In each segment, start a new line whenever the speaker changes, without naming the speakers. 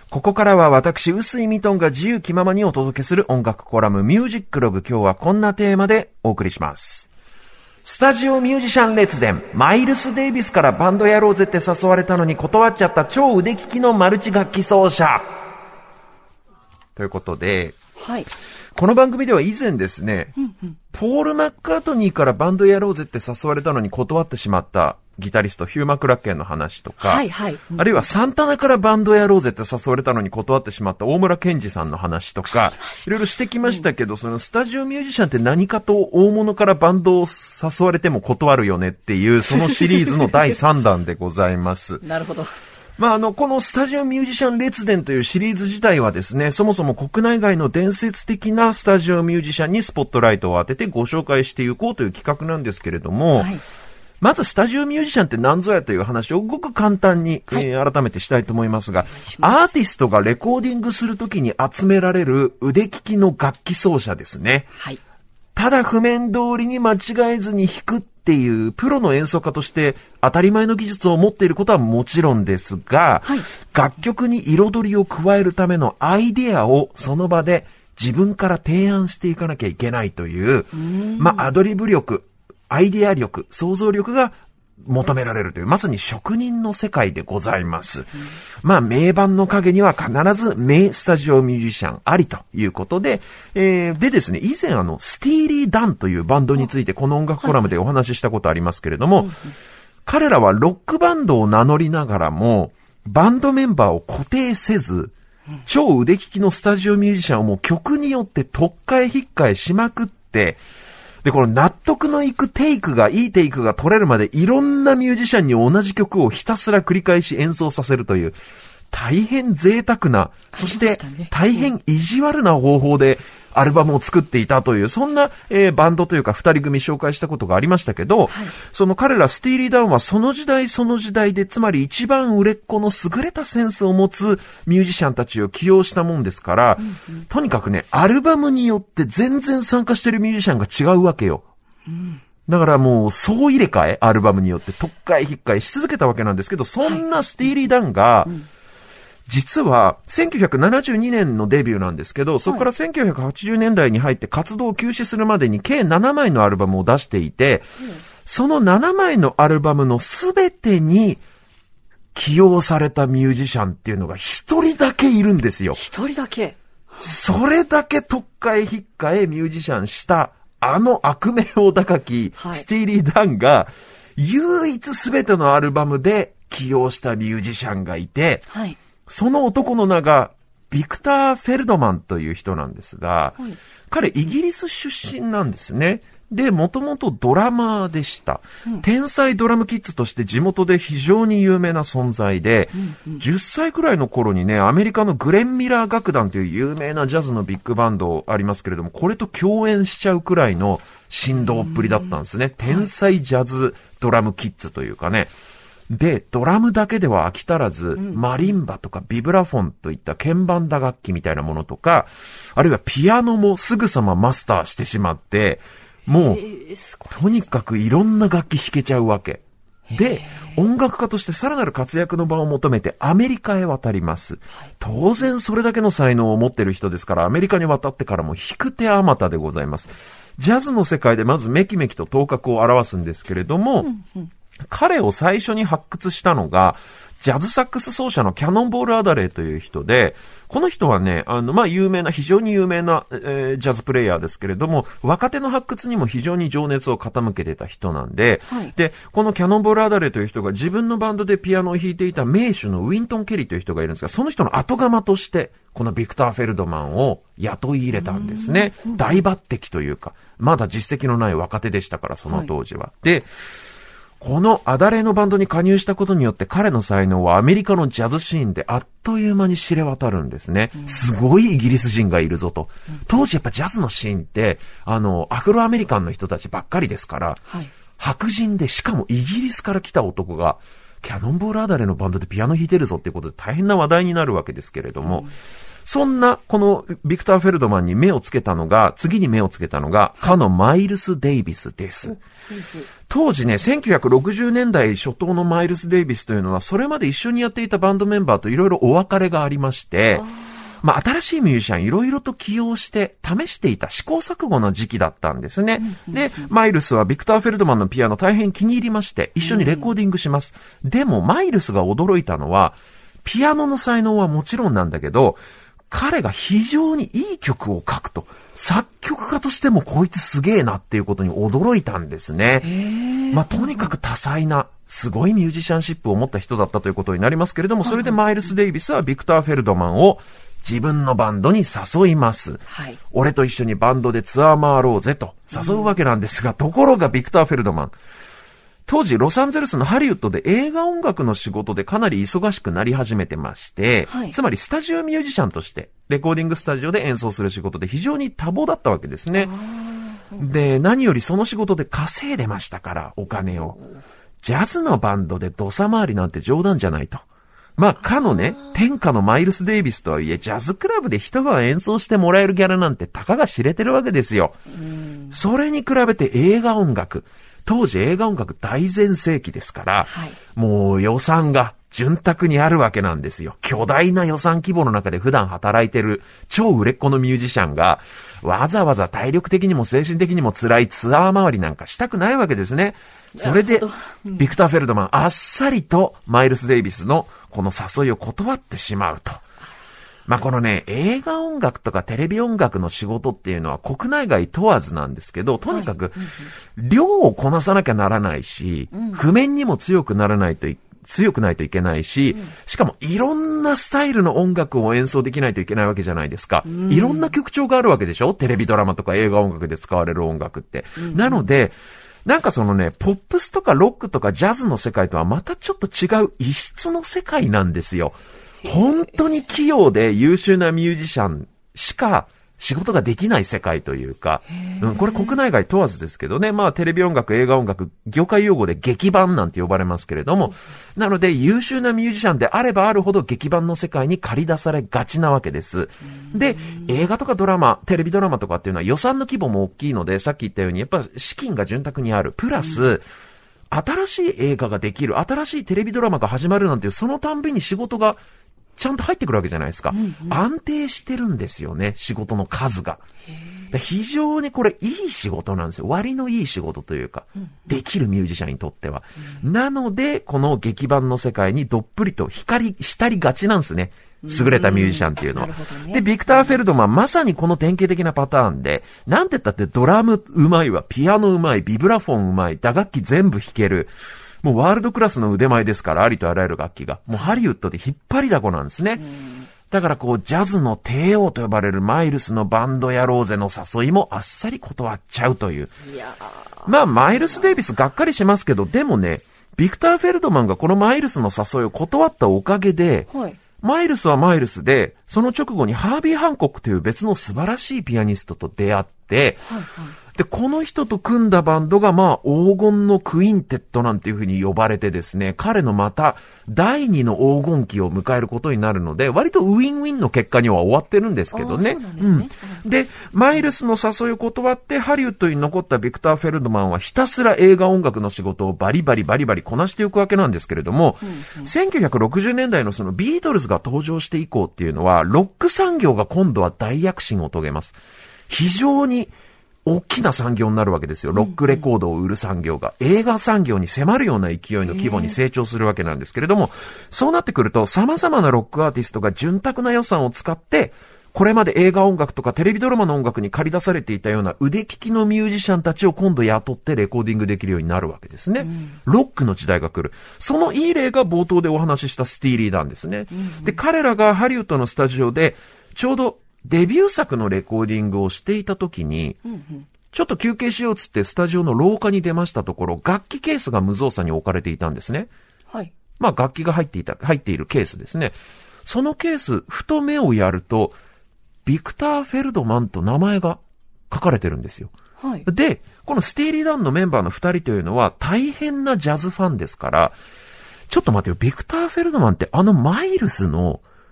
ここからは私、臼井ミトンが自由気ままにお届けする音楽コラムミュージックログ。今日はこんなテーマでお送りします。スタジオミュージシャン列伝。マイルス・デイビスからバンドやろうぜって誘われたのに断っちゃった超腕利きのマルチ楽器奏者。ということで、
はい。
この番組では以前ですね、ポール・マッカートニーからバンドやろうぜって誘われたのに断ってしまったギタリストヒュー・マクラッケンの話とか、
はいはい。
あるいはサンタナからバンドやろうぜって誘われたのに断ってしまった大村健二さんの話とか、いろいろしてきましたけど、そのスタジオミュージシャンって何かと大物からバンドを誘われても断るよねっていう、そのシリーズの第3弾でございます。
なるほど。
このスタジオミュージシャン列伝というシリーズ自体はですね、そもそも国内外の伝説的なスタジオミュージシャンにスポットライトを当ててご紹介していこうという企画なんですけれども、はい、まずスタジオミュージシャンって何ぞやという話をごく簡単に、改めてしたいと思いますが、アーティストがレコーディングするときに集められる腕利きの楽器奏者ですね。はい、ただ譜面通りに間違えずに弾くっていうプロの演奏家として当たり前の技術を持っていることはもちろんですが、はい、楽曲に彩りを加えるためのアイデアをその場で自分から提案していかなきゃいけないという、アドリブ力、アイデア力、想像力が求められるという、まさに職人の世界でございます。名盤の陰には必ず名スタジオミュージシャンありということで、でですね、以前スティーリー・ダンというバンドについてこの音楽コラムでお話ししたことありますけれども、彼らはロックバンドを名乗りながらも、バンドメンバーを固定せず、超腕利きのスタジオミュージシャンをもう曲によって取っ替え引っ替えしまくって、で、この納得のいくいいテイクが取れるまでいろんなミュージシャンに同じ曲をひたすら繰り返し演奏させるという、大変贅沢な、そして大変意地悪な方法でアルバムを作っていたという、そんな、バンドというか二人組紹介したことがありましたけど、その彼らスティーリー・ダウンはその時代その時代で、つまり一番売れっ子の優れたセンスを持つミュージシャンたちを起用したもんですから、とにかくね、アルバムによって全然参加しているミュージシャンが違うわけよ。だからもう総入れ替え、アルバムによって取っ替え引っ替えし続けたわけなんですけど、そんなスティーリー・ダウンが、実は1972年のデビューなんですけど、そこから1980年代に入って活動を休止するまでに計7枚のアルバムを出していて、その7枚のアルバムのすべてに起用されたミュージシャンっていうのが一人だけいるんですよ。
一人だけ。
それだけ取っ替え引っ替えミュージシャンした悪名を高きスティーリー・ダンが唯一すべてのアルバムで起用したミュージシャンがいて、その男の名がビクター・フェルドマンという人なんですが、彼イギリス出身なんですね。で、もともとドラマーでした。天才ドラムキッズとして地元で非常に有名な存在で、10歳くらいの頃にね、アメリカのグレン・ミラー楽団という有名なジャズのビッグバンドありますけれども、これと共演しちゃうくらいの振動っぷりだったんですね。天才ジャズドラムキッズというかね。で、ドラムだけでは飽き足らず、マリンバとかビブラフォンといった鍵盤打楽器みたいなものとか、あるいはピアノもすぐさまマスターしてしまって、もう、とにかくいろんな楽器弾けちゃうわけ。で、音楽家としてさらなる活躍の場を求めてアメリカへ渡ります。当然それだけの才能を持っている人ですから、アメリカに渡ってからも弾く手あまたでございます。ジャズの世界でまずめきめきと頭角を現すんですけれども、彼を最初に発掘したのが、ジャズサックス奏者のキャノンボール・アダレーという人で、この人はね、非常に有名な、ジャズプレイヤーですけれども、若手の発掘にも非常に情熱を傾けてた人なんで、で、このキャノンボール・アダレーという人が自分のバンドでピアノを弾いていた名手のウィントン・ケリーという人がいるんですが、その人の後釜として、このビクター・フェルドマンを雇い入れたんですね。大抜擢というか、まだ実績のない若手でしたから、その当時は。で、このアダレーのバンドに加入したことによって彼の才能はアメリカのジャズシーンであっという間に知れ渡るんですね。すごいイギリス人がいるぞと。当時やっぱジャズのシーンって、アフロアメリカンの人たちばっかりですから、白人でしかもイギリスから来た男が、キャノンボール・アダレーのバンドでピアノ弾いてるぞっていうことで大変な話題になるわけですけれども、 そんな、このビクター・フェルドマンに次に目をつけたのが、かのマイルス・デイビスです。当時ね、1960年代初頭のマイルス・デイビスというのは、それまで一緒にやっていたバンドメンバーといろいろお別れがありまして、新しいミュージシャンいろいろと起用して試していた試行錯誤の時期だったんですね。で、マイルスはビクター・フェルドマンのピアノ大変気に入りまして、一緒にレコーディングします。でも、マイルスが驚いたのは、ピアノの才能はもちろんなんだけど、彼が非常にいい曲を書くと、作曲家としてもこいつすげえなっていうことに驚いたんですね。とにかく多彩な、すごいミュージシャンシップを持った人だったということになりますけれども、それでマイルス・デイビスはビクター・フェルドマンを自分のバンドに誘います。俺と一緒にバンドでツアー回ろうぜと誘うわけなんですが、ところがビクター・フェルドマン、当時ロサンゼルスのハリウッドで映画音楽の仕事でかなり忙しくなり始めてまして、つまりスタジオミュージシャンとしてレコーディングスタジオで演奏する仕事で非常に多忙だったわけですね。で、何よりその仕事で稼いでましたから、お金を。ジャズのバンドで土佐回りなんて冗談じゃないと。かのね、天下のマイルス・デイビスとはいえ、ジャズクラブで一晩演奏してもらえるギャラなんてたかが知れてるわけですよ。それに比べて映画音楽、当時映画音楽大全盛期ですから、もう予算が潤沢にあるわけなんですよ。巨大な予算規模の中で普段働いてる超売れっ子のミュージシャンが、わざわざ体力的にも精神的にも辛いツアー回りなんかしたくないわけですね。それで、ビクター・フェルドマン、あっさりとマイルス・デイビスのこの誘いを断ってしまうと。このね、映画音楽とかテレビ音楽の仕事っていうのは国内外問わずなんですけど、とにかく、量をこなさなきゃならないし、譜面にも強くないといけないし、しかもいろんなスタイルの音楽を演奏できないといけないわけじゃないですか。いろんな曲調があるわけでしょ？テレビドラマとか映画音楽で使われる音楽って。なので、そのね、ポップスとかロックとかジャズの世界とはまたちょっと違う異質の世界なんですよ。本当に器用で優秀なミュージシャンしか仕事ができない世界というか、これ国内外問わずですけどね、テレビ音楽、映画音楽、業界用語で劇版なんて呼ばれますけれども、なので優秀なミュージシャンであればあるほど劇版の世界に駆り出されがちなわけです。で、映画とかドラマ、テレビドラマとかっていうのは予算の規模も大きいので、さっき言ったようにやっぱ資金が潤沢にある。プラス、新しい映画ができる、新しいテレビドラマが始まるなんていう、そのたんびに仕事がちゃんと入ってくるわけじゃないですか。安定してるんですよね、仕事の数が。非常にこれいい仕事なんですよ。割のいい仕事というか、できるミュージシャンにとっては。なので、この劇版の世界にどっぷりと浸りがちなんですね。優れたミュージシャンっていうのは。で、ビクター・フェルドマン、まさにこの典型的なパターンで、なんて言ったってドラムうまいわ、ピアノうまい、ビブラフォンうまい、打楽器全部弾ける。もうワールドクラスの腕前ですから、ありとあらゆる楽器が。もうハリウッドで引っ張りだこなんですね。だからジャズの帝王と呼ばれるマイルスのバンドやろうぜの誘いもあっさり断っちゃうという。マイルス・デイビスがっかりしますけど、でもね、ビクター・フェルドマンがこのマイルスの誘いを断ったおかげで、マイルスはマイルスで、その直後にハービー・ハンコックという別の素晴らしいピアニストと出会って、で、この人と組んだバンドが黄金のクインテットなんていう風に呼ばれてですね、彼のまた第二の黄金期を迎えることになるので、割とウィンウィンの結果には終わってるんですけどね。で、マイルスの誘いを断ってハリウッドに残ったビクター・フェルドマンはひたすら映画音楽の仕事をバリバリこなしていくわけなんですけれども、1960年代のそのビートルズが登場して以降っていうのは、ロック産業が今度は大躍進を遂げます。非常に大きな産業になるわけですよ。ロックレコードを売る産業が。映画産業に迫るような勢いの規模に成長するわけなんですけれども、そうなってくると様々なロックアーティストが潤沢な予算を使って、これまで映画音楽とかテレビドラマの音楽に駆り出されていたような腕利きのミュージシャンたちを今度雇ってレコーディングできるようになるわけですね。ロックの時代が来る。そのいい例が冒頭でお話ししたスティーリー・ダンですね。で、彼らがハリウッドのスタジオでちょうどデビュー作のレコーディングをしていた時に、ちょっと休憩しようつってスタジオの廊下に出ましたところ、楽器ケースが無造作に置かれていたんですね。楽器が入っているケースですね。そのケース、ふと目をやると、ビクター・フェルドマンと名前が書かれてるんですよ。で、このスティーリー・ダンのメンバーの二人というのは大変なジャズファンですから、ちょっと待てよ、ビクター・フェルドマンってマイルスの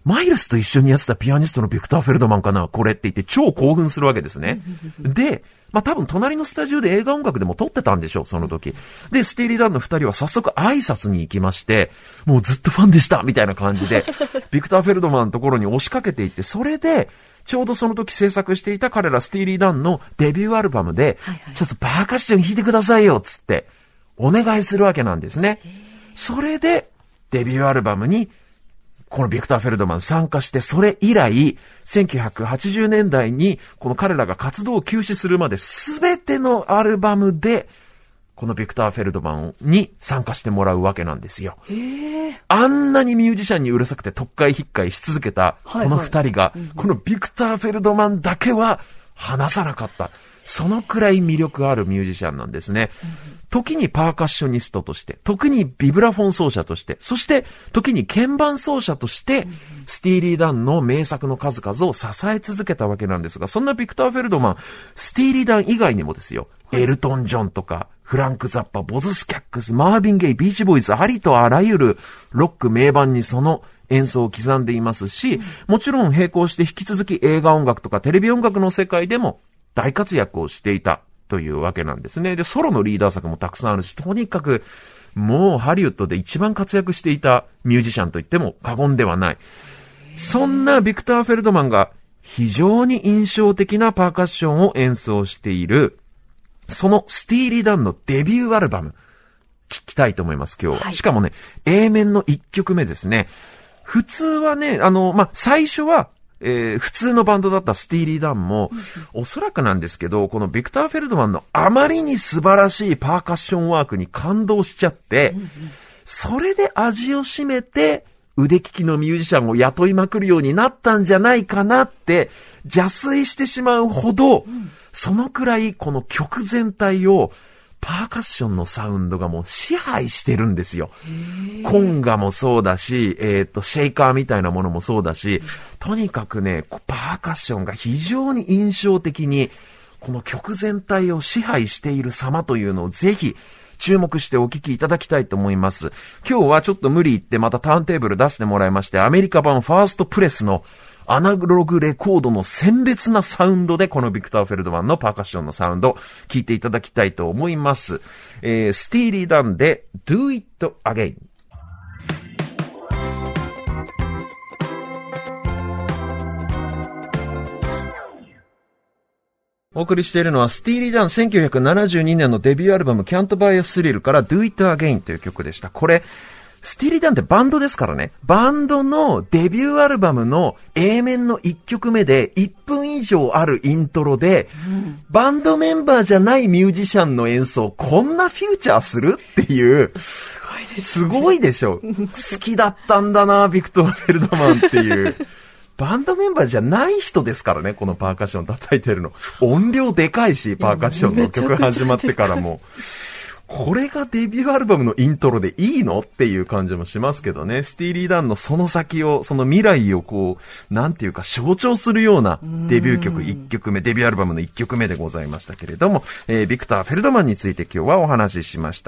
マイルスと一緒にやってたピアニストのビクター・フェルドマンかなこれって言って超興奮するわけですね。で、多分隣のスタジオで映画音楽でも撮ってたんでしょう、その時。で、スティーリー・ダンの二人は早速挨拶に行きまして、もうずっとファンでしたみたいな感じで、ビクター・フェルドマンのところに押しかけていって、それで、ちょうどその時制作していた彼らスティーリー・ダンのデビューアルバムで、ちょっとパーカッション弾いてくださいよ、つって、お願いするわけなんですね。それで、デビューアルバムに、このビクター・フェルドマン参加して、それ以来、1980年代に、この彼らが活動を休止するまで、すべてのアルバムで、このビクター・フェルドマンに参加してもらうわけなんですよ。あんなにミュージシャンにうるさくて特会引っかいし続けた、この二人が、このビクター・フェルドマンだけは離さなかった。そのくらい魅力あるミュージシャンなんですね。時にパーカッショニストとして、時にビブラフォン奏者として、そして時に鍵盤奏者として、スティーリー・ダンの名作の数々を支え続けたわけなんですが、そんなビクター・フェルドマン、スティーリー・ダン以外にもですよ、エルトン・ジョンとか、フランク・ザッパ、ボズ・スキャックス、マービン・ゲイ、ビーチ・ボーイズ、ありとあらゆるロック名盤にその演奏を刻んでいますし、もちろん並行して引き続き映画音楽とかテレビ音楽の世界でも大活躍をしていたというわけなんですね。で、ソロのリーダー作もたくさんあるし、とにかくもうハリウッドで一番活躍していたミュージシャンと言っても過言ではない。そんなビクター・フェルドマンが非常に印象的なパーカッションを演奏している、そのスティーリー・ダンのデビューアルバム、聞きたいと思います、今日は。はい、しかもね、A 面の1曲目ですね。普通はね、最初は、普通のバンドだったスティーリー・ダンも、おそらくなんですけど、このビクター・フェルドマンのあまりに素晴らしいパーカッションワークに感動しちゃって、それで味を占めて、腕利きのミュージシャンを雇いまくるようになったんじゃないかなって、邪推してしまうほど、そのくらいこの曲全体を、パーカッションのサウンドがもう支配してるんですよ。コンガもそうだし、シェイカーみたいなものもそうだし、とにかくね、パーカッションが非常に印象的に、この曲全体を支配している様というのをぜひ、注目してお聞きいただきたいと思います。今日はちょっと無理言ってまたターンテーブル出してもらいまして、アメリカ版ファーストプレスのアナログレコードの鮮烈なサウンドでこのビクター・フェルドマンのパーカッションのサウンド聞いていただきたいと思います。スティーリー・ダンで Do It Again。お送りしているのはスティーリー・ダン1972年のデビューアルバム Can't Buy a Thrill から Do It Again という曲でした。これスティーリー・ダンってバンドですからね。バンドのデビューアルバムの A 面の1曲目で1分以上あるイントロで、バンドメンバーじゃないミュージシャンの演奏、こんなフューチャーするっていう。すごいでしょ。好きだったんだな、ビクトー・フェルドマンっていう。バンドメンバーじゃない人ですからね、このパーカッション叩いてるの。音量でかいし、パーカッションの曲始まってからも。これがデビューアルバムのイントロでいいのっていう感じもしますけどね。スティーリー・ダンのその先を、その未来をこう、なんていうか象徴するようなデビュー曲1曲目、デビューアルバムの1曲目でございましたけれども、ビクター・フェルドマンについて今日はお話ししました。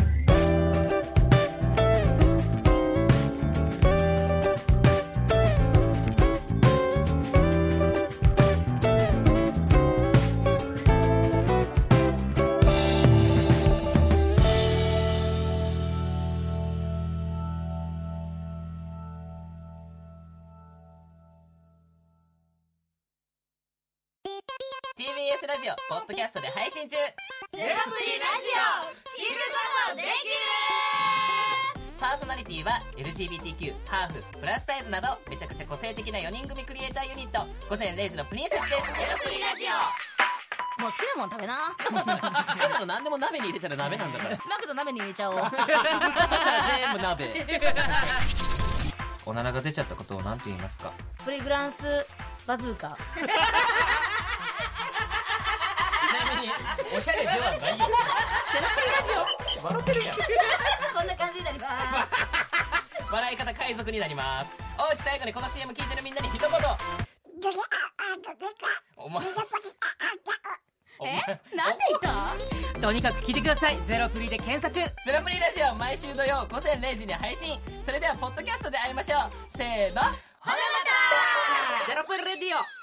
TBS ラジオポッドキャストで配信中。
ゼロプリラジオ聞くことできる。
パーソナリティは LGBTQ、ハーフ、プラスサイズなどめちゃくちゃ個性的な4人組クリエイターユニット午前0時のプリンセスです。
ゼロプリラジオ、もう好きなもん食べな。
好きなの何でも鍋に入れたら鍋なんだから。
マクド鍋に入れちゃおう。
そしたら全部鍋。おならが出ちゃったことを何て言いますか？
プリグランスバズーカ。
ちなみにおしゃれではないよ。ゼロプリラジオ笑ってるやん。
こんな感じになります。
笑い方海賊になります。おうち最後にこの CM 聞いてるみんなに一言。お前
なんて言った？
とにかく聞いてください。ゼロプリで検索。
ゼロプリラジオ毎週土曜午前0時に配信。それではポッドキャストで会いましょう。せーの、ほな。
プレディオ